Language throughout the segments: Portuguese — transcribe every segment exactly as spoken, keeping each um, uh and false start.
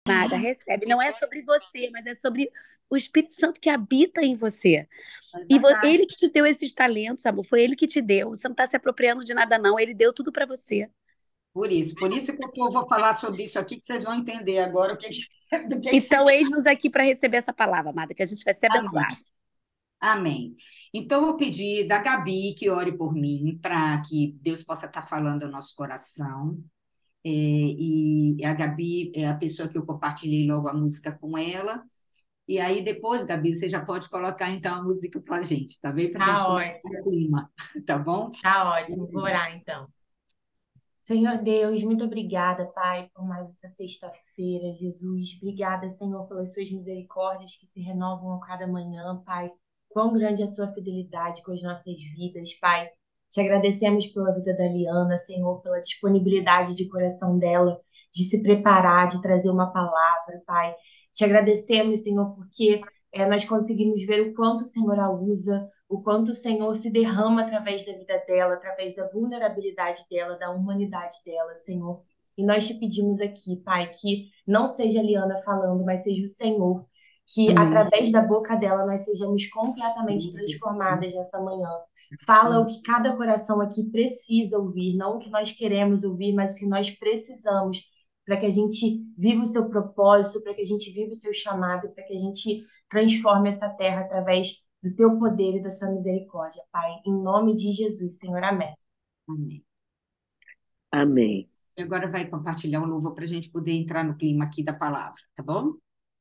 Nada, recebe. Não é sobre você, mas é sobre o Espírito Santo que habita em você. É E vo- verdade. ele que te deu esses talentos, amor, foi ele que te deu. Você não está se apropriando de nada, não. Ele deu tudo para você. Por isso, por isso que eu tô- vou falar sobre isso aqui, que vocês vão entender agora o que, que- do que, que se Então, eis-nos aqui para receber essa palavra, amada, que a gente vai ser Amém. abençoado. Amém. Então, eu pedi da Gabi que ore por mim, para que Deus possa estar falando ao nosso coração. É, e a Gabi é a pessoa que eu compartilhei logo a música com ela. E aí, depois, Gabi, você já pode colocar então a música para a gente, tá bem? Para a gente Tá começar o ótimo, clima, tá bom? tá ótimo. Vou orar então. Senhor Deus, muito obrigada, Pai, por mais essa sexta-feira, Jesus. Obrigada, Senhor, pelas suas misericórdias que se renovam a cada manhã, Pai. Quão grande é a sua fidelidade com as nossas vidas, Pai. Te agradecemos pela vida da Liana, Senhor, pela disponibilidade de coração dela, de se preparar, de trazer uma palavra, Pai. Te agradecemos, Senhor, porque eh, nós conseguimos ver o quanto o Senhor a usa, o quanto o Senhor se derrama através da vida dela, através da vulnerabilidade dela, da humanidade dela, Senhor. E nós te pedimos aqui, Pai, que não seja a Liana falando, mas seja o Senhor, que Amém. através da boca dela nós sejamos completamente transformadas nessa manhã. Fala o que cada coração aqui precisa ouvir, não o que nós queremos ouvir, mas o que nós precisamos para que a gente viva o seu propósito, para que a gente viva o seu chamado, para que a gente transforme essa terra através do teu poder e da sua misericórdia, Pai. Em nome de Jesus, Senhor. Amém. Amém. Amém. E agora vai compartilhar o louvor para a gente poder entrar no clima aqui da palavra, tá bom?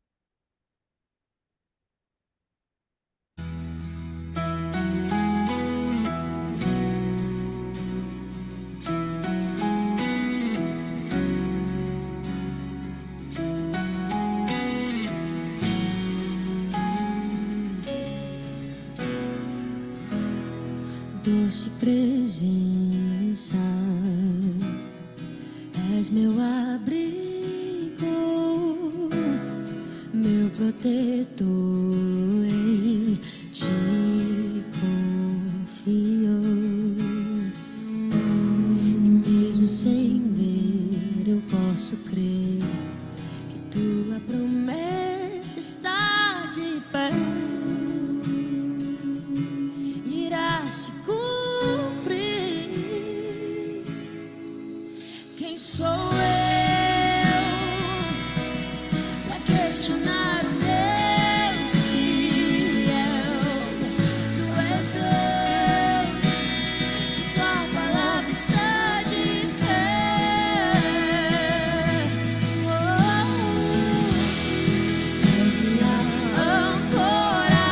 Doce presença, és meu abrigo, meu protetor, em ti confio. E mesmo sem ver, eu posso crer que tua promessa está de pé. Irá se cumprir. Quem sou eu para questionar o Deus fiel? Tu és Deus, tua palavra está de pé. Oh, és minha âncora,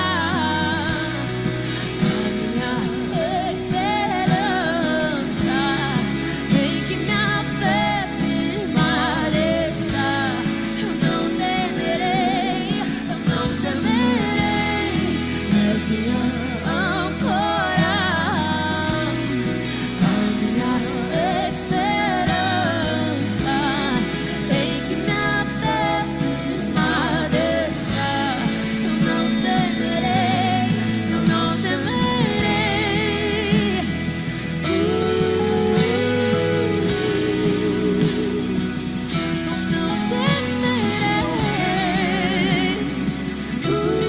minha esperança, em que minha fé firmada está. Eu não temerei, eu não temerei. És minha âncora, a minha esperança, em que minha fé firmada está. Eu não temerei, eu não temerei. Uh, eu não temerei.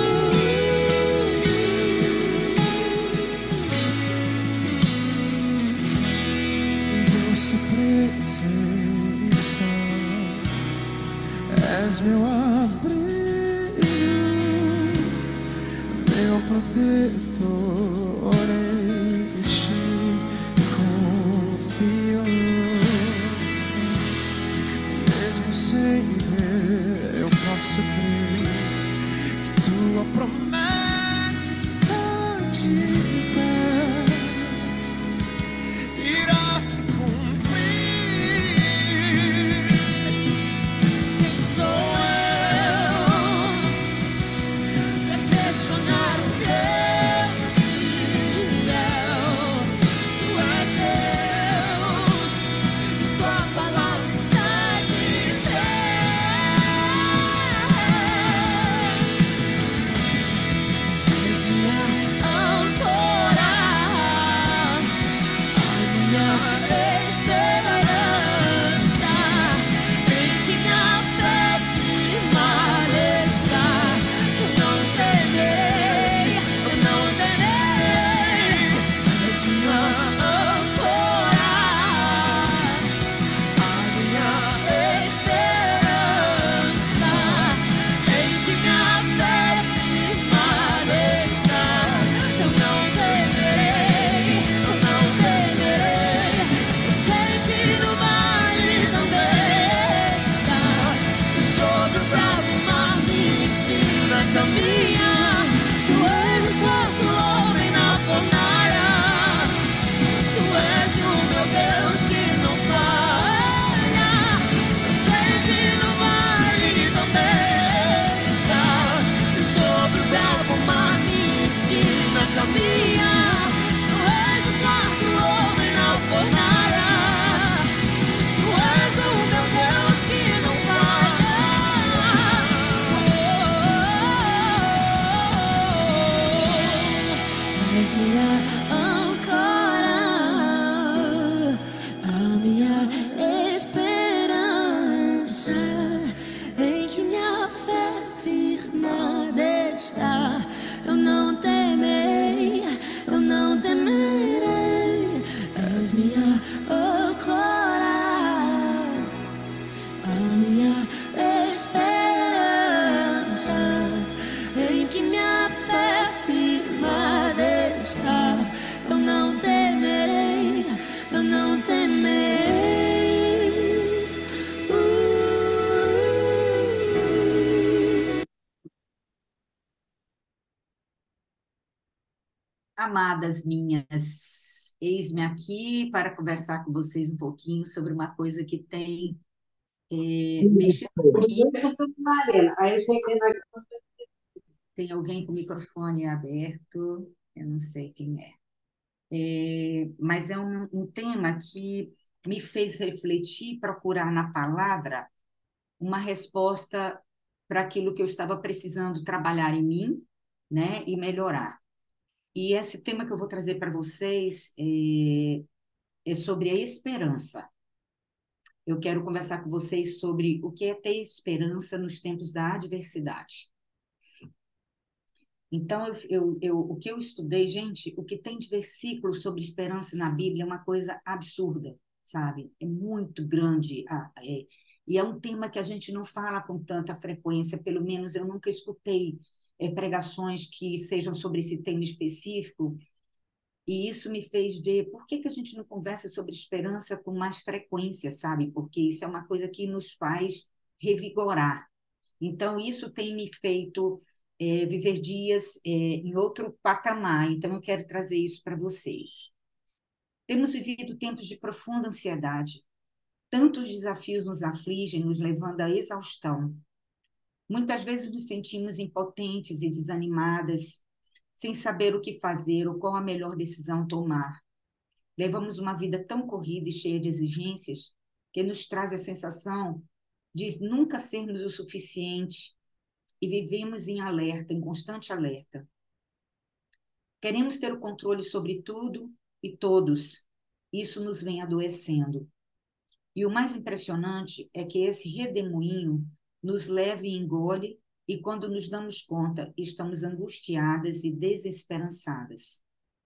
Doce presença, és meu abrigo, meu protetor, em ti confio. Mesmo sem ver, eu posso crer que tua promessa está de pé. Irá se cumprir. Quem sou eu para questionar o Deus fiel? Tu és Deus, tua palavra está de pé. Amadas minhas, eis-me aqui para conversar com vocês um pouquinho sobre uma coisa que tem é, mexido comigo. Aí eu cheguei na... Tem alguém com o microfone aberto, eu não sei quem é. É, mas é um, um tema que me fez refletir, procurar na palavra uma resposta para aquilo que eu estava precisando trabalhar em mim, né, e melhorar. E esse tema que eu vou trazer para vocês é, é sobre a esperança. Eu quero conversar com vocês sobre o que é ter esperança nos tempos da adversidade. Então, eu, eu, eu, o que eu estudei, gente, o que tem de versículos sobre esperança na Bíblia é uma coisa absurda, sabe? É muito grande. Ah, é, e é um tema que a gente não fala com tanta frequência, pelo menos eu nunca escutei é, pregações que sejam sobre esse tema específico, e isso me fez ver por que, que a gente não conversa sobre esperança com mais frequência, sabe? Porque isso é uma coisa que nos faz revigorar. Então, isso tem me feito é, viver dias é, em outro patamar. Então, eu quero trazer isso para vocês. Temos vivido tempos de profunda ansiedade. Tantos desafios nos afligem, nos levando à exaustão. Muitas vezes nos sentimos impotentes e desanimadas, sem saber o que fazer ou qual a melhor decisão tomar. Levamos uma vida tão corrida e cheia de exigências que nos traz a sensação de nunca sermos o suficiente e vivemos em alerta, em constante alerta. Queremos ter o controle sobre tudo e todos. Isso nos vem adoecendo. E o mais impressionante é que esse redemoinho nos leva e engole, e quando nos damos conta, estamos angustiadas e desesperançadas.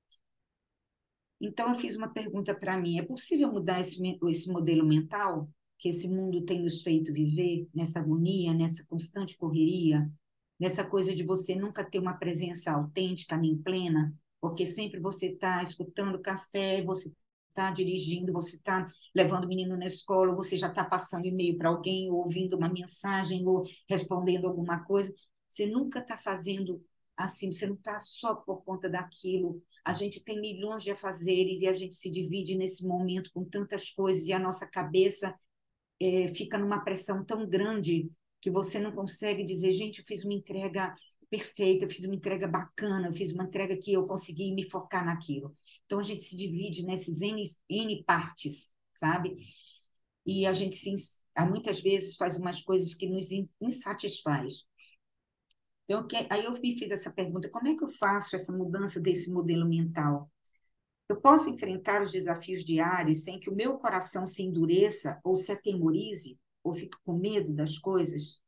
Então, eu fiz uma pergunta para mim: é possível mudar esse, esse modelo mental que esse mundo tem nos feito viver, nessa agonia, nessa constante correria, nessa coisa de você nunca ter uma presença autêntica nem plena, porque sempre você está escutando café, você está dirigindo, você está levando o menino na escola, você já está passando e-mail para alguém, ou ouvindo uma mensagem, ou respondendo alguma coisa. Você nunca está fazendo assim, você não está só por conta daquilo. A gente tem milhões de afazeres e a gente se divide nesse momento com tantas coisas e a nossa cabeça é, fica numa pressão tão grande que você não consegue dizer, gente, eu fiz uma entrega perfeita, eu fiz uma entrega bacana, eu fiz uma entrega que eu consegui me focar naquilo. Então, a gente se divide nessas N, N partes, sabe? E a gente, se, muitas vezes, faz umas coisas que nos insatisfaz. Então, aí eu me fiz essa pergunta: como é que eu faço essa mudança desse modelo mental? Eu posso enfrentar os desafios diários sem que o meu coração se endureça ou se atemorize ou fique com medo das coisas?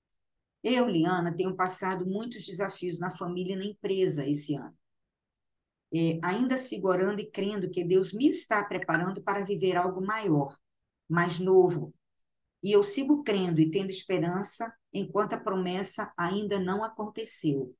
Eu, Liana, tenho passado muitos desafios na família e na empresa esse ano. É, ainda sigo orando e crendo que Deus me está preparando para viver algo maior, mais novo. E eu sigo crendo e tendo esperança enquanto a promessa ainda não aconteceu.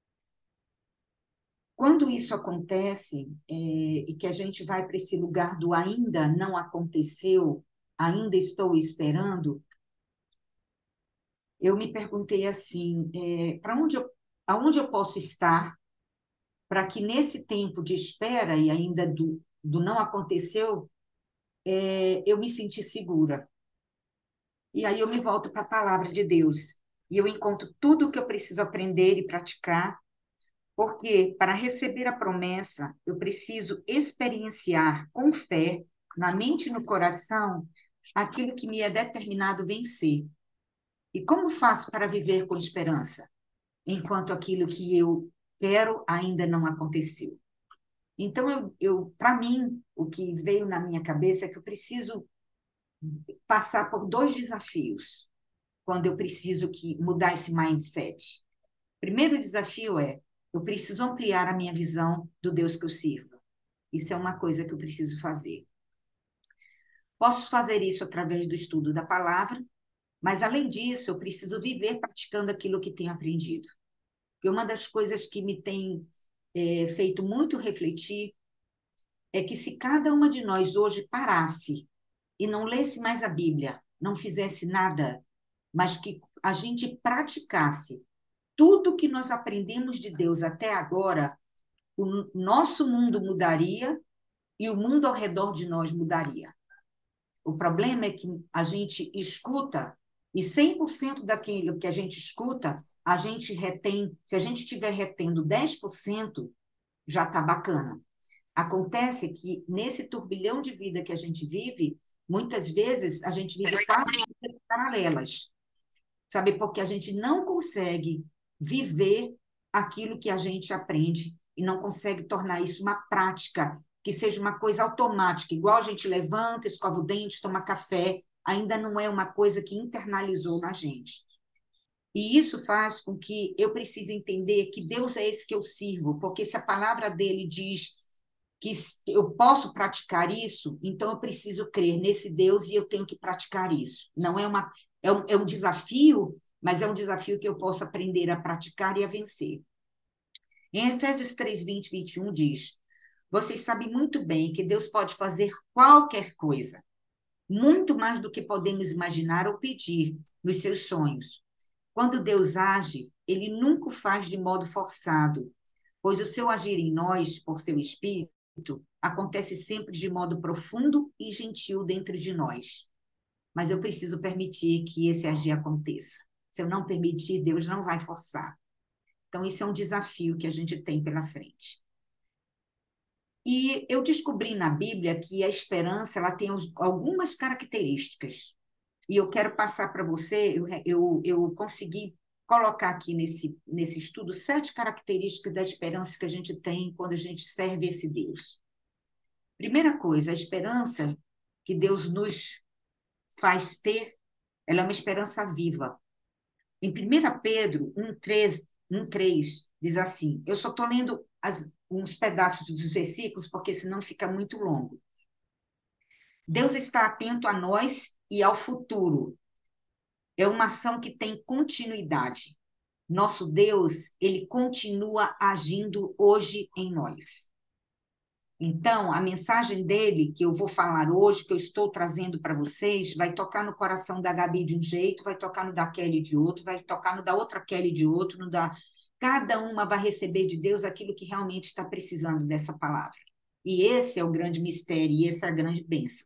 Quando isso acontece, é, e que a gente vai para esse lugar do ainda não aconteceu, ainda estou esperando, eu me perguntei assim, é, para onde eu, aonde eu posso estar para que nesse tempo de espera e ainda do, do não aconteceu, é, eu me sentir segura. E aí eu me volto para a palavra de Deus. E eu encontro tudo o que eu preciso aprender e praticar, porque para receber a promessa, eu preciso experienciar com fé, na mente e no coração, aquilo que me é determinado vencer. E como faço para viver com esperança, enquanto aquilo que eu quero ainda não aconteceu? Então, eu, eu, para mim, o que veio na minha cabeça é que eu preciso passar por dois desafios quando eu preciso que mudar esse mindset. O primeiro desafio é, eu preciso ampliar a minha visão do Deus que eu sirvo. Isso é uma coisa que eu preciso fazer. Posso fazer isso através do estudo da palavra, mas, além disso, eu preciso viver praticando aquilo que tenho aprendido. Porque uma das coisas que me tem é, feito muito refletir é que se cada uma de nós hoje parasse e não lesse mais a Bíblia, não fizesse nada, mas que a gente praticasse tudo que nós aprendemos de Deus até agora, o nosso mundo mudaria e o mundo ao redor de nós mudaria. O problema é que a gente escuta e cem por cento daquilo que a gente escuta, a gente retém, se a gente estiver retendo dez por cento, já está bacana. Acontece que nesse turbilhão de vida que a gente vive, muitas vezes a gente vive quatro vidas paralelas, sabe? Porque a gente não consegue viver aquilo que a gente aprende e não consegue tornar isso uma prática, que seja uma coisa automática, igual a gente levanta, escova o dente, toma café, ainda não é uma coisa que internalizou na gente. E isso faz com que eu precise entender que Deus é esse que eu sirvo, porque se a palavra dele diz que eu posso praticar isso, então eu preciso crer nesse Deus e eu tenho que praticar isso. Não é uma é um, é um desafio, mas é um desafio que eu posso aprender a praticar e a vencer. Em Efésios três, vinte, vinte e um diz: vocês sabem muito bem que Deus pode fazer qualquer coisa, muito mais do que podemos imaginar ou pedir nos seus sonhos. Quando Deus age, ele nunca o faz de modo forçado, pois o seu agir em nós, por seu Espírito, acontece sempre de modo profundo e gentil dentro de nós. Mas eu preciso permitir que esse agir aconteça. Se eu não permitir, Deus não vai forçar. Então, isso é um desafio que a gente tem pela frente. E eu descobri na Bíblia que a esperança ela tem algumas características. E eu quero passar para você, eu, eu, eu consegui colocar aqui nesse, nesse estudo sete características da esperança que a gente tem quando a gente serve esse Deus. Primeira coisa, a esperança que Deus nos faz ter, ela é uma esperança viva. Em primeira Pedro um, três, um, três diz assim, eu só estou lendo as, uns pedaços dos versículos, porque senão fica muito longo. Deus está atento a nós e ao futuro. É uma ação que tem continuidade. Nosso Deus, ele continua agindo hoje em nós. Então, a mensagem dele, que eu vou falar hoje, que eu estou trazendo para vocês, vai tocar no coração da Gabi de um jeito, vai tocar no da Kelly de outro, vai tocar no da outra Kelly de outro, no da... Cada uma vai receber de Deus aquilo que realmente está precisando dessa palavra. E esse é o grande mistério, e essa é a grande bênção.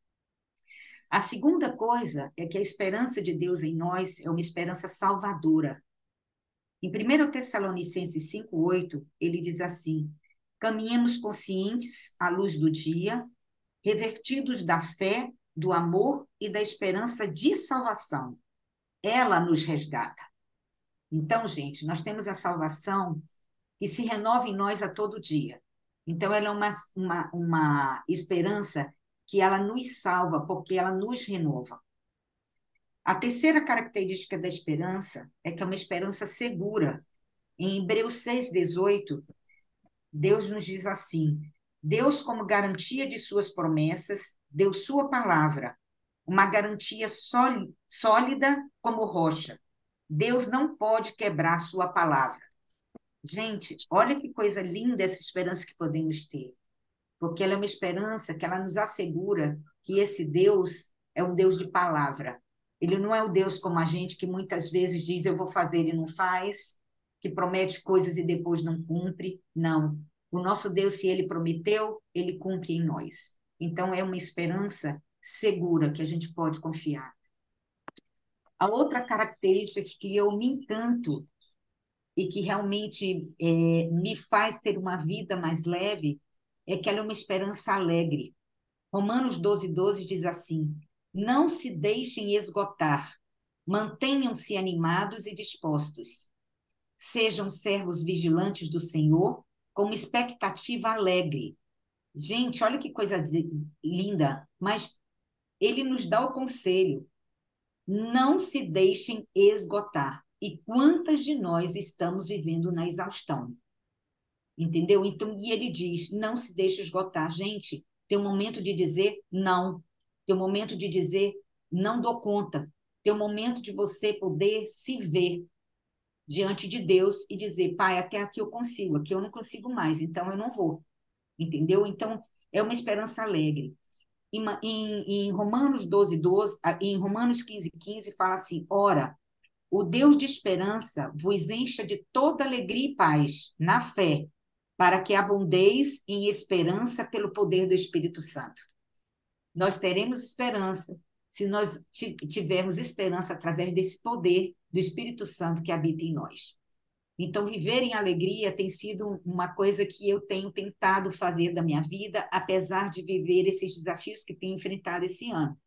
A segunda coisa é que a esperança de Deus em nós é uma esperança salvadora. Em primeira Tessalonicenses cinco, oito, ele diz assim, caminhemos conscientes à luz do dia, revertidos da fé, do amor e da esperança de salvação. Ela nos resgata. Então, gente, nós temos a salvação que se renova em nós a todo dia. Então, ela é uma, uma, uma esperança que ela nos salva, porque ela nos renova. A terceira característica da esperança é que é uma esperança segura. Em Hebreus seis, dezoito, Deus nos diz assim, Deus, como garantia de suas promessas, deu sua palavra, uma garantia sólida como rocha. Deus não pode quebrar sua palavra. Gente, olha que coisa linda essa esperança que podemos ter. Porque ela é uma esperança que ela nos assegura que esse Deus é um Deus de palavra. Ele não é o Deus como a gente, que muitas vezes diz, eu vou fazer e não faz, que promete coisas e depois não cumpre. Não. O nosso Deus, se ele prometeu, ele cumpre em nós. Então, é uma esperança segura que a gente pode confiar. A outra característica que eu me encanto e que realmente é, me faz ter uma vida mais leve é que ela é uma esperança alegre. Romanos doze, doze diz assim, não se deixem esgotar, mantenham-se animados e dispostos. Sejam servos vigilantes do Senhor, com uma expectativa alegre. Gente, olha que coisa linda, mas ele nos dá o conselho, não se deixem esgotar. E quantas de nós estamos vivendo na exaustão? Entendeu? Então, e ele diz, não se deixe esgotar. Gente, tem um momento de dizer não. Tem um momento de dizer, não dou conta. Tem um momento de você poder se ver diante de Deus e dizer, pai, até aqui eu consigo, aqui eu não consigo mais, então eu não vou. Entendeu? Então, é uma esperança alegre. Em, em, em Romanos doze, doze, em Romanos quinze, quinze, fala assim, ora, o Deus de esperança vos encha de toda alegria e paz, na fé, para que abundeis em esperança pelo poder do Espírito Santo. Nós teremos esperança se nós tivermos esperança através desse poder do Espírito Santo que habita em nós. Então, viver em alegria tem sido uma coisa que eu tenho tentado fazer da minha vida, apesar de viver esses desafios que tenho enfrentado esse ano.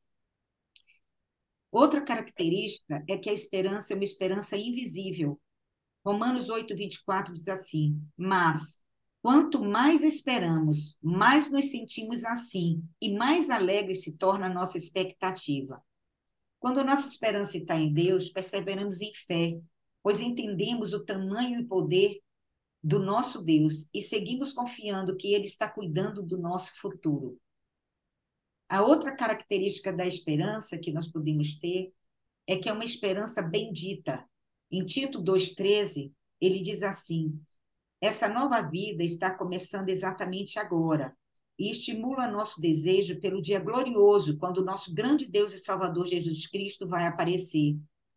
Outra característica é que a esperança é uma esperança invisível. Romanos oito, vinte e quatro diz assim: mas, quanto mais esperamos, mais nos sentimos assim, e mais alegre se torna a nossa expectativa. Quando a nossa esperança está em Deus, perseveramos em fé, pois entendemos o tamanho e poder do nosso Deus e seguimos confiando que Ele está cuidando do nosso futuro. A outra característica da esperança que nós podemos ter é que é uma esperança bendita. Em Tito dois, treze, ele diz assim: essa nova vida está começando exatamente agora e estimula nosso desejo pelo dia glorioso, quando o nosso grande Deus e Salvador Jesus Cristo vai aparecer.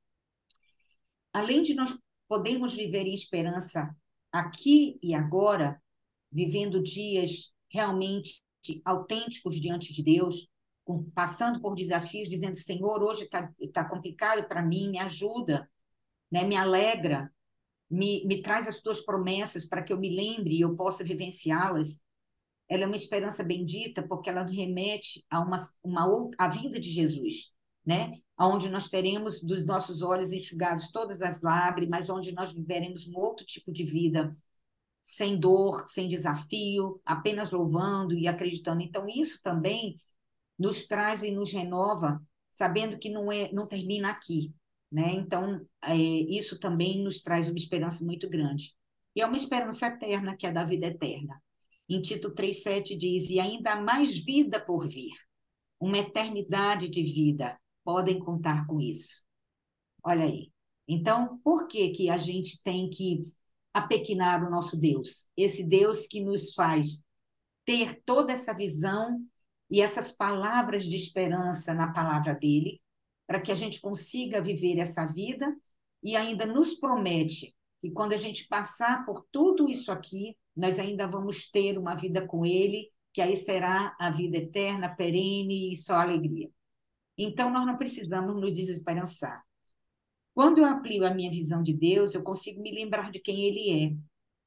Além de nós podermos viver em esperança aqui e agora, vivendo dias realmente autênticos diante de Deus, passando por desafios, dizendo: Senhor, hoje está tá complicado para mim, me ajuda, né? Me alegra, me, me traz as tuas promessas para que eu me lembre e eu possa vivenciá-las. Ela é uma esperança bendita porque ela remete a uma, uma a vinda de Jesus, né? Onde nós teremos dos nossos olhos enxugados todas as lágrimas, onde nós viveremos um outro tipo de vida, sem dor, sem desafio, apenas louvando e acreditando. Então, isso também nos traz e nos renova, sabendo que não, é, não termina aqui, né? Então, é, isso também nos traz uma esperança muito grande. E é uma esperança eterna, que é da vida eterna. Em Tito três, sete diz: e ainda há mais vida por vir, uma eternidade de vida, podem contar com isso. Olha aí. Então, por que que a gente tem que apequinar o nosso Deus? Esse Deus que nos faz ter toda essa visão e essas palavras de esperança na palavra dele, para que a gente consiga viver essa vida, e ainda nos promete que quando a gente passar por tudo isso aqui, nós ainda vamos ter uma vida com ele, que aí será a vida eterna, perene e só alegria. Então, nós não precisamos nos desesperançar. Quando eu aplico a minha visão de Deus, eu consigo me lembrar de quem ele é,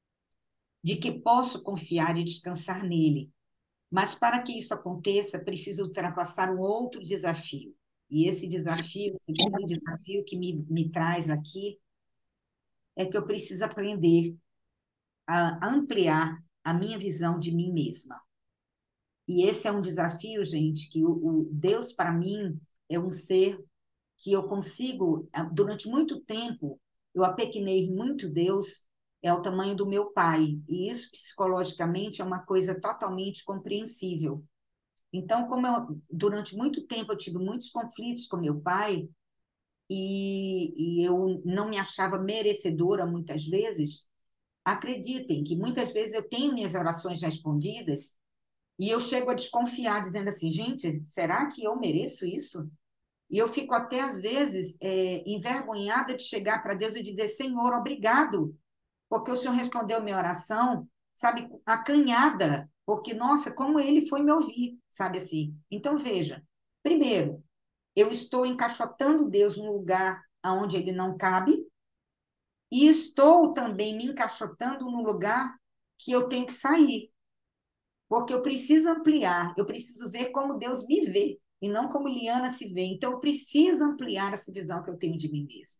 de que posso confiar e descansar nele. Mas para que isso aconteça, preciso ultrapassar um outro desafio. E esse desafio, o segundo desafio que me, me traz aqui, é que eu preciso aprender a ampliar a minha visão de mim mesma. E esse é um desafio, gente, que o, o Deus, para mim, é um ser que eu consigo, durante muito tempo, eu apequenei muito Deus, é o tamanho do meu pai, e isso psicologicamente é uma coisa totalmente compreensível. Então, como eu, durante muito tempo eu tive muitos conflitos com meu pai, e, e eu não me achava merecedora muitas vezes, acreditem que muitas vezes eu tenho minhas orações respondidas, e eu chego a desconfiar, dizendo assim: gente, será que eu mereço isso? E eu fico até, às vezes, é, envergonhada de chegar para Deus e dizer: Senhor, obrigado, porque o Senhor respondeu minha oração, sabe, acanhada, porque, nossa, como ele foi me ouvir, sabe assim? Então, veja, primeiro, eu estou encaixotando Deus num lugar onde ele não cabe, e estou também me encaixotando num lugar que eu tenho que sair, porque eu preciso ampliar, eu preciso ver como Deus me vê, e não como Liana se vê. Então, eu preciso ampliar essa visão que eu tenho de mim mesma.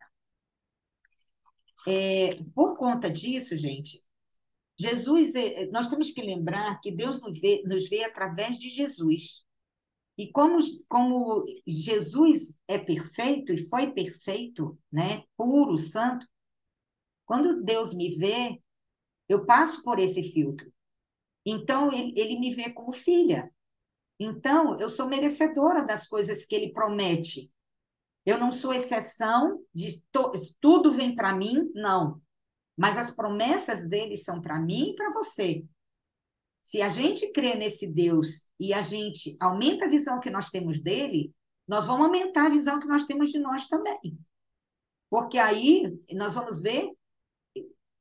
É, por conta disso, gente, Jesus, nós temos que lembrar que Deus nos vê, nos vê através de Jesus. E como, como Jesus é perfeito e foi perfeito, né, puro, santo, quando Deus me vê, eu passo por esse filtro. Então, ele, ele me vê como filha. Então, eu sou merecedora das coisas que ele promete. Eu não sou exceção de to, tudo vem para mim, não. Mas as promessas dele são para mim e para você. Se a gente crê nesse Deus e a gente aumenta a visão que nós temos dele, nós vamos aumentar a visão que nós temos de nós também. Porque aí nós vamos ver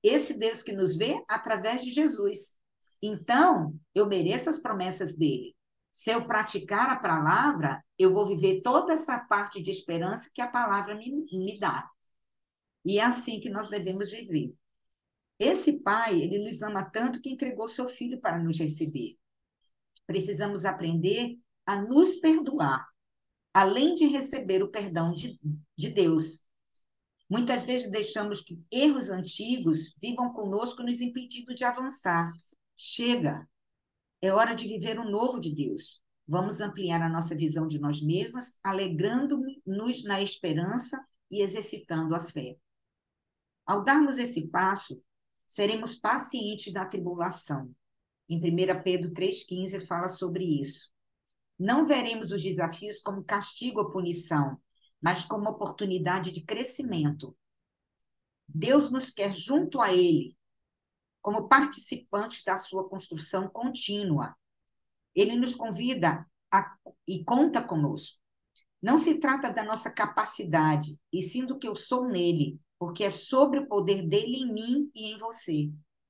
esse Deus que nos vê através de Jesus. Então, eu mereço as promessas dele. Se eu praticar a palavra, eu vou viver toda essa parte de esperança que a palavra me, me dá. E é assim que nós devemos viver. Esse Pai, ele nos ama tanto que entregou seu Filho para nos receber. Precisamos aprender a nos perdoar, além de receber o perdão de, de Deus. Muitas vezes deixamos que erros antigos vivam conosco, nos impedindo de avançar. Chega, é hora de viver o novo de Deus. Vamos ampliar a nossa visão de nós mesmas, alegrando-nos na esperança e exercitando a fé. Ao darmos esse passo, seremos pacientes na tribulação. Em primeira Pedro três quinze fala sobre isso. Não veremos os desafios como castigo ou punição, mas como oportunidade de crescimento. Deus nos quer junto a Ele, como participantes da sua construção contínua. Ele nos convida a, e conta conosco. Não se trata da nossa capacidade, e sim do que eu sou nele, porque é sobre o poder dele em mim e em você.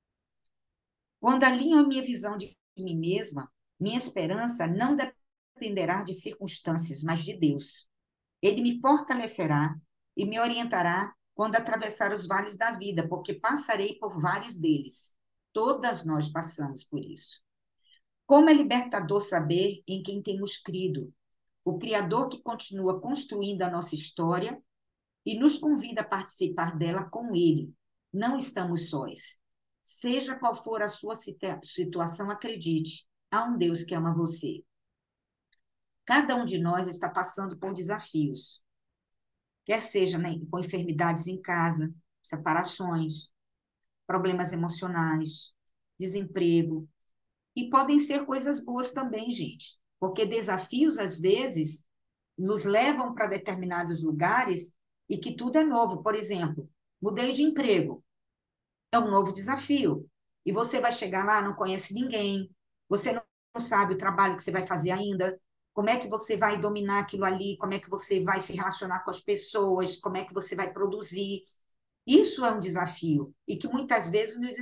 Quando alinho a minha visão de mim mesma, minha esperança não dependerá de circunstâncias, mas de Deus. Ele me fortalecerá e me orientará quando atravessar os vales da vida, porque passarei por vários deles. Todas nós passamos por isso. Como é libertador saber em quem temos crido, o Criador que continua construindo a nossa história e nos convida a participar dela com Ele. Não estamos sós. Seja qual for a sua situação, acredite, há um Deus que ama você. Cada um de nós está passando por desafios, quer seja, né, com enfermidades em casa, separações, problemas emocionais, desemprego, e podem ser coisas boas também, gente, porque desafios, às vezes, nos levam para determinados lugares e que tudo é novo. Por exemplo, mudei de emprego, é um novo desafio, e você vai chegar lá, não conhece ninguém, você não sabe o trabalho que você vai fazer ainda, como é que você vai dominar aquilo ali, como é que você vai se relacionar com as pessoas, como é que você vai produzir. Isso é um desafio, e que muitas vezes nos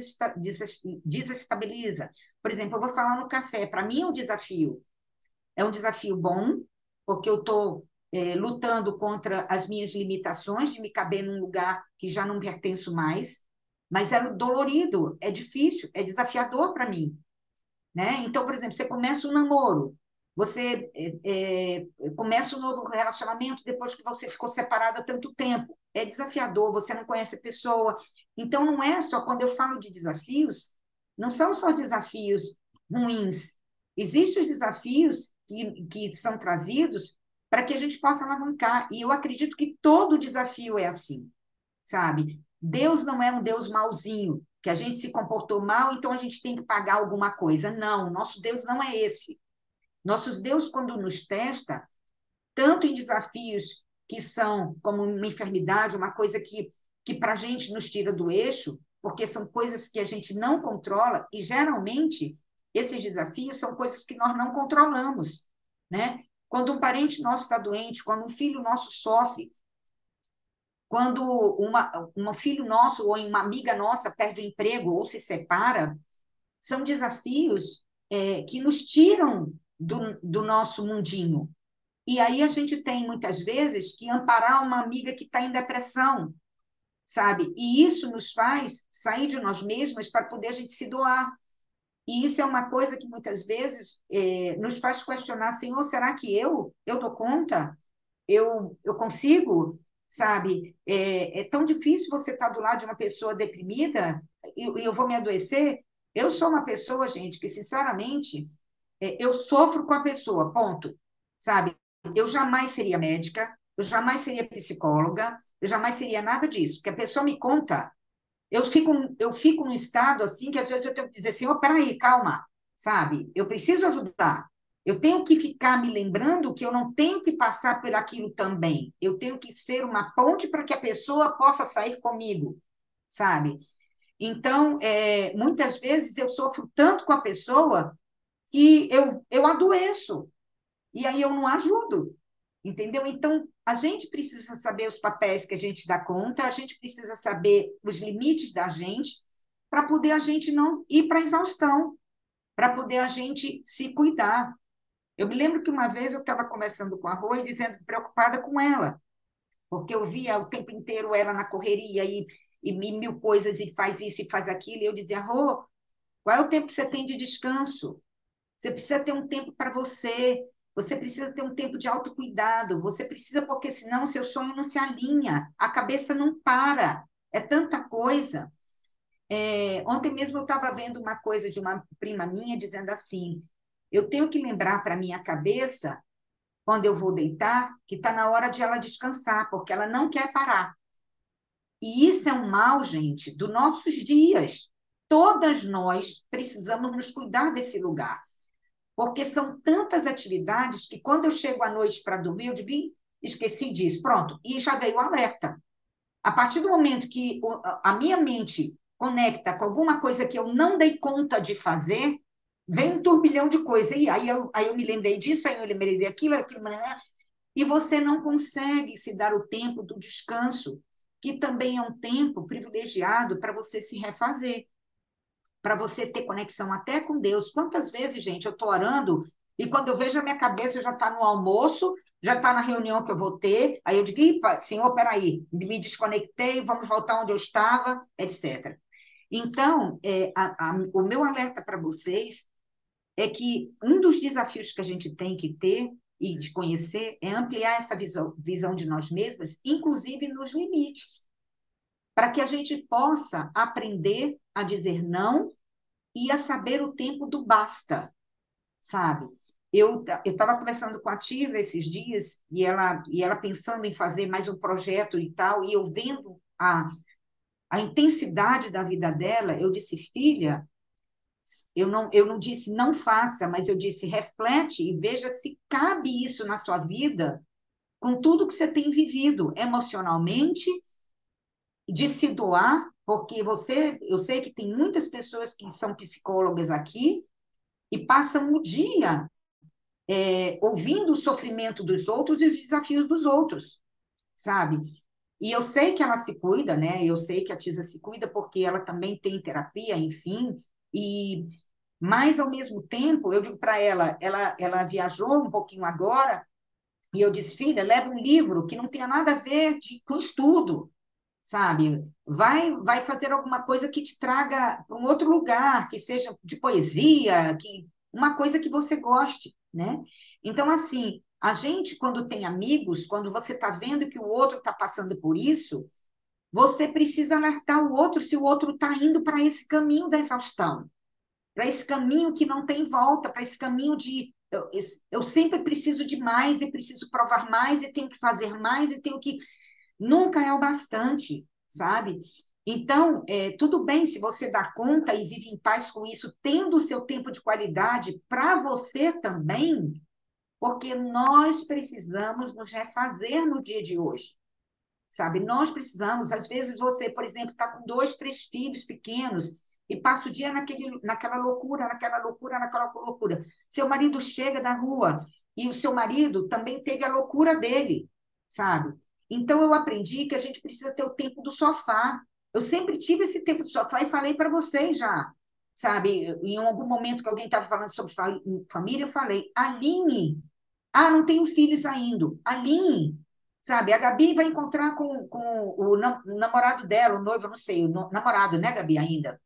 desestabiliza. Por exemplo, eu vou falar no café, para mim é um desafio. É um desafio bom, porque eu estou é, lutando contra as minhas limitações de me caber num lugar que já não pertenço mais, mas é dolorido, é difícil, é desafiador para mim. Né? Então, por exemplo, você começa um namoro, você é, é, começa um novo relacionamento depois que você ficou separada há tanto tempo. É desafiador, você não conhece a pessoa. Então, não é só, quando eu falo de desafios, não são só desafios ruins. Existem os desafios que, que são trazidos para que a gente possa alavancar. E eu acredito que todo desafio é assim, sabe? Deus não é um Deus mauzinho, que a gente se comportou mal, então a gente tem que pagar alguma coisa. Não, nosso Deus não é esse. Nosso Deus, quando nos testa, tanto em desafios que são como uma enfermidade, uma coisa que, que para a gente nos tira do eixo, porque são coisas que a gente não controla, e geralmente esses desafios são coisas que nós não controlamos. Né? Quando um parente nosso está doente, quando um filho nosso sofre, quando uma, um filho nosso ou uma amiga nossa perde o emprego ou se separa, são desafios é, que nos tiram do, do nosso mundinho. E aí a gente tem, muitas vezes, que amparar uma amiga que está em depressão, sabe? E isso nos faz sair de nós mesmas para poder a gente se doar. E isso é uma coisa que, muitas vezes, é, nos faz questionar, Senhor, será que eu, eu dou conta? Eu, eu consigo? Sabe? É, é tão difícil você estar do lado de uma pessoa deprimida e eu, eu vou me adoecer. Eu sou uma pessoa, gente, que, sinceramente, é, eu sofro com a pessoa, ponto. Sabe? Eu jamais seria médica, eu jamais seria psicóloga, eu jamais seria nada disso, porque a pessoa me conta, eu fico, eu fico num estado assim que às vezes eu tenho que dizer assim, oh, peraí, calma, sabe? Eu preciso ajudar. Eu tenho que ficar me lembrando que eu não tenho que passar por aquilo também. Eu tenho que ser uma ponte para que a pessoa possa sair comigo, sabe? Então, é, muitas vezes eu sofro tanto com a pessoa que eu, eu adoeço. E aí eu não ajudo, entendeu? Então, a gente precisa saber os papéis que a gente dá conta, a gente precisa saber os limites da gente, para poder a gente não ir para a exaustão, para poder a gente se cuidar. Eu me lembro que uma vez eu estava conversando com a Rô e dizendo preocupada com ela, porque eu via o tempo inteiro ela na correria e, e mil coisas, e faz isso e faz aquilo, e eu dizia, Rô, qual é o tempo que você tem de descanso? Você precisa ter um tempo para você, você precisa ter um tempo de autocuidado, você precisa, porque senão o seu sonho não se alinha, a cabeça não para, é tanta coisa. É, ontem mesmo eu estava vendo uma coisa de uma prima minha dizendo assim, eu tenho que lembrar para minha cabeça, quando eu vou deitar, que está na hora de ela descansar, porque ela não quer parar. E isso é um mal, gente, dos nossos dias. Todas nós precisamos nos cuidar desse lugar, porque são tantas atividades que quando eu chego à noite para dormir, eu digo, "Ih, esqueci disso, pronto", e já veio o alerta. A partir do momento que a minha mente conecta com alguma coisa que eu não dei conta de fazer, vem um turbilhão de coisas. E aí eu, aí eu me lembrei disso, aí eu lembrei daquilo, aquilo, e você não consegue se dar o tempo do descanso, que também é um tempo privilegiado para você se refazer, para você ter conexão até com Deus. Quantas vezes, gente, eu estou orando e quando eu vejo a minha cabeça já está no almoço, já está na reunião que eu vou ter, aí eu digo, Senhor, peraí, me desconectei, vamos voltar onde eu estava, etcétera. Então, é, a, a, o meu alerta para vocês é que um dos desafios que a gente tem que ter e de conhecer é ampliar essa visão, visão de nós mesmas, inclusive nos limites, para que a gente possa aprender a dizer não e a saber o tempo do basta, sabe? Eu estava conversando com a Tisa esses dias, e ela, e ela pensando em fazer mais um projeto e tal, e eu vendo a, a intensidade da vida dela, eu disse, filha, eu não, eu não disse não faça, mas eu disse reflete e veja se cabe isso na sua vida, com tudo que você tem vivido emocionalmente, de se doar, porque você, eu sei que tem muitas pessoas que são psicólogas aqui e passam o dia é, ouvindo o sofrimento dos outros e os desafios dos outros, sabe? E eu sei que ela se cuida, né? Eu sei que a Tisa se cuida porque ela também tem terapia, enfim, e mas ao mesmo tempo, eu digo para ela, ela, ela viajou um pouquinho agora, e eu disse, filha, leva um livro que não tenha nada a ver de, com estudo, sabe? Vai, vai fazer alguma coisa que te traga para um outro lugar, que seja de poesia, que uma coisa que você goste, né? Então, assim, a gente, quando tem amigos, quando você está vendo que o outro está passando por isso, você precisa alertar o outro se o outro está indo para esse caminho da exaustão, para esse caminho que não tem volta, para esse caminho de eu, eu sempre preciso de mais e preciso provar mais e tenho que fazer mais e tenho que... Nunca é o bastante, sabe? Então, é, tudo bem se você dá conta e vive em paz com isso, tendo o seu tempo de qualidade para você também, porque nós precisamos nos refazer no dia de hoje, sabe? Nós precisamos, às vezes você, por exemplo, está com dois, três filhos pequenos e passa o dia naquele, naquela loucura, naquela loucura, naquela loucura. Seu marido chega da rua e o seu marido também teve a loucura dele, sabe? Então, eu aprendi que a gente precisa ter o tempo do sofá. Eu sempre tive esse tempo do sofá e falei para vocês já, sabe? Em algum momento que alguém estava falando sobre família, eu falei, alinhe. Ah, não tenho filhos ainda. Alinhe, sabe? A Gabi vai encontrar com, com o namorado dela, o noivo, eu não sei, o namorado, né, Gabi, ainda?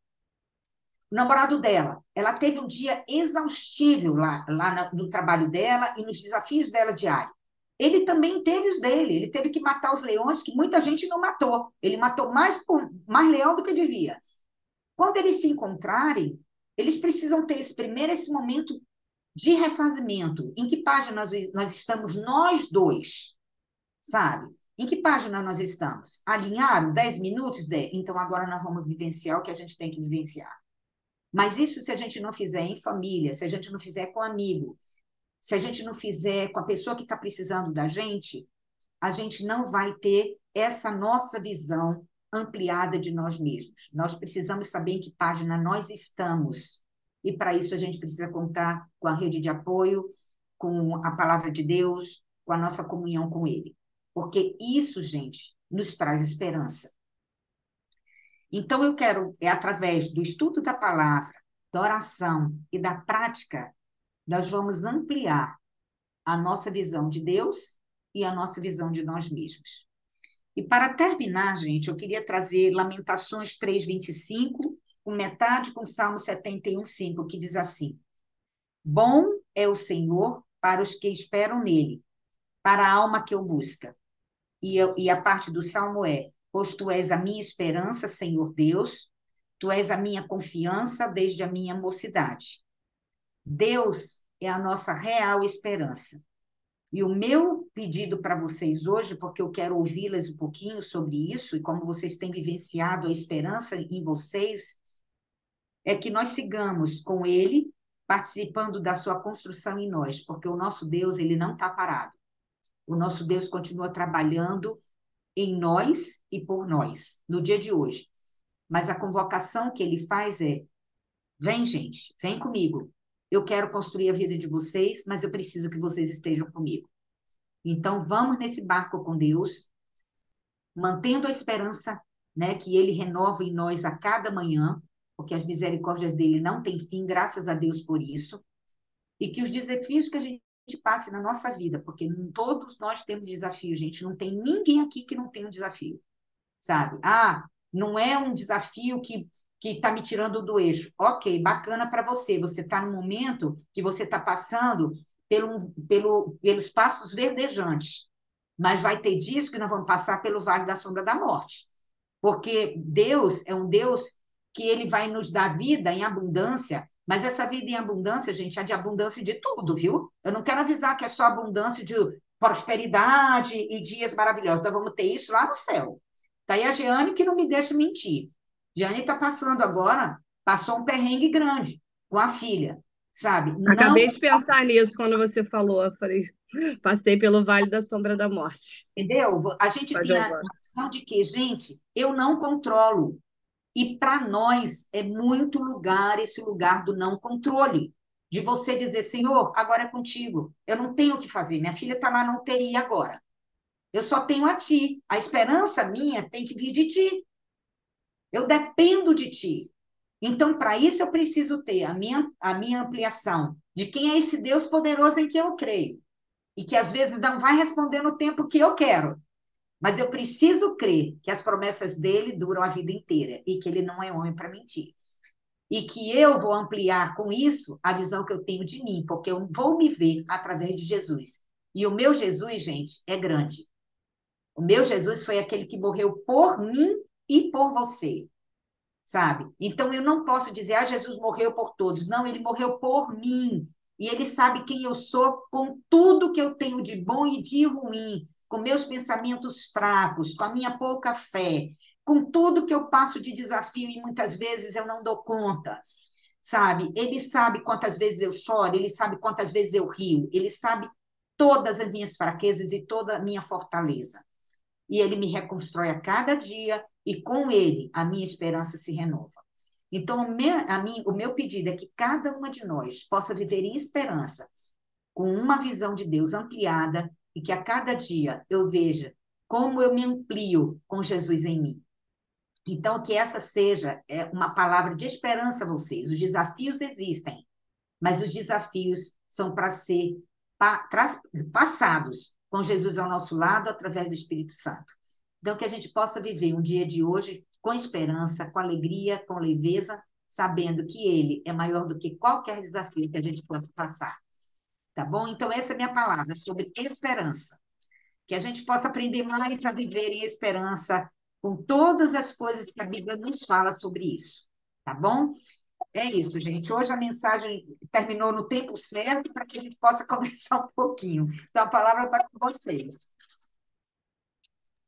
O namorado dela. Ela teve um dia exaustível lá, lá no trabalho dela e nos desafios dela diários. Ele também teve os dele, ele teve que matar os leões, que muita gente não matou. Ele matou mais, mais leão do que devia. Quando eles se encontrarem, eles precisam ter esse primeiro, esse momento de refazimento. Em que página nós, nós estamos nós dois, sabe? Em que página nós estamos? Alinharam dez minutos? De... Então, agora nós vamos vivenciar o que a gente tem que vivenciar. Mas isso se a gente não fizer em família, se a gente não fizer com amigo, se a gente não fizer com a pessoa que está precisando da gente, a gente não vai ter essa nossa visão ampliada de nós mesmos. Nós precisamos saber em que página nós estamos. E, para isso, a gente precisa contar com a rede de apoio, com a palavra de Deus, com a nossa comunhão com Ele. Porque isso, gente, nos traz esperança. Então, eu quero, é através do estudo da palavra, da oração e da prática, nós vamos ampliar a nossa visão de Deus e a nossa visão de nós mesmos. E para terminar, gente, eu queria trazer Lamentações três, vinte e cinco, com metade com Salmo setenta e um, cinco, que diz assim: Bom é o Senhor para os que esperam nele, para a alma que o busca. E, eu, e a parte do Salmo é: Pois tu és a minha esperança, Senhor Deus, tu és a minha confiança desde a minha mocidade. Deus é a nossa real esperança. E o meu pedido para vocês hoje, porque eu quero ouvi-las um pouquinho sobre isso, e como vocês têm vivenciado a esperança em vocês, é que nós sigamos com Ele, participando da sua construção em nós, porque o nosso Deus, ele não está parado. O nosso Deus continua trabalhando em nós e por nós, no dia de hoje. Mas a convocação que ele faz é: vem, gente, vem comigo. Eu quero construir a vida de vocês, mas eu preciso que vocês estejam comigo. Então, vamos nesse barco com Deus, mantendo a esperança, né, que ele renova em nós a cada manhã, porque as misericórdias dele não têm fim, graças a Deus por isso, e que os desafios que a gente passe na nossa vida, porque todos nós temos desafios, gente, não tem ninguém aqui que não tem um desafio, sabe? Ah, não é um desafio que que está me tirando do eixo. Ok, bacana para você, você está num momento que você está passando pelo, pelo, pelos pastos verdejantes, mas vai ter dias que nós vamos passar pelo vale da sombra da morte, porque Deus é um Deus que ele vai nos dar vida em abundância, mas essa vida em abundância, gente, é de abundância de tudo, viu? Eu não quero avisar que é só abundância de prosperidade e dias maravilhosos, nós vamos ter isso lá no céu. Está aí a Jeane que não me deixa mentir. Jeane está passando agora, passou um perrengue grande com a filha, sabe? Acabei Não, de pensar nisso quando você falou. Eu falei, passei pelo Vale da Sombra da Morte. entendeu? A gente Com a tem a Giovana. noção de que, gente, eu não controlo. E para nós é muito lugar esse lugar do não controle, de você dizer: Senhor, agora é contigo, eu não tenho o que fazer, minha filha está lá na U T I agora, eu só tenho a ti, a esperança minha tem que vir de ti, eu dependo de ti. Então, para isso, eu preciso ter a minha, a minha ampliação de quem é esse Deus poderoso em que eu creio, e que às vezes não vai responder no tempo que eu quero, mas eu preciso crer que as promessas dele duram a vida inteira e que ele não é homem para mentir. E que eu vou ampliar com isso a visão que eu tenho de mim, porque eu vou me ver através de Jesus. E o meu Jesus, gente, é grande. O meu Jesus foi aquele que morreu por mim e por você, sabe? Então eu não posso dizer: ah, Jesus morreu por todos. Não, ele morreu por mim. E ele sabe quem eu sou com tudo que eu tenho de bom e de ruim, com meus pensamentos fracos, com a minha pouca fé, com tudo que eu passo de desafio e muitas vezes eu não dou conta, sabe? Ele sabe quantas vezes eu choro, ele sabe quantas vezes eu rio, ele sabe todas as minhas fraquezas e toda a minha fortaleza. E ele me reconstrói a cada dia e com ele a minha esperança se renova. Então, o meu, a mim, o meu pedido é que cada uma de nós possa viver em esperança, com uma visão de Deus ampliada, e que a cada dia eu veja como eu me amplio com Jesus em mim. Então, que essa seja uma palavra de esperança a vocês. Os desafios existem, mas os desafios são para ser pa passados com Jesus ao nosso lado, através do Espírito Santo. Então, que a gente possa viver um dia de hoje com esperança, com alegria, com leveza, sabendo que Ele é maior do que qualquer desafio que a gente possa passar. Tá bom? Então, essa é a minha palavra, sobre esperança. Que a gente possa aprender mais a viver em esperança, com todas as coisas que a Bíblia nos fala sobre isso. Tá bom? É isso, gente. Hoje a mensagem terminou no tempo certo para que a gente possa conversar um pouquinho. Então, a palavra está com vocês.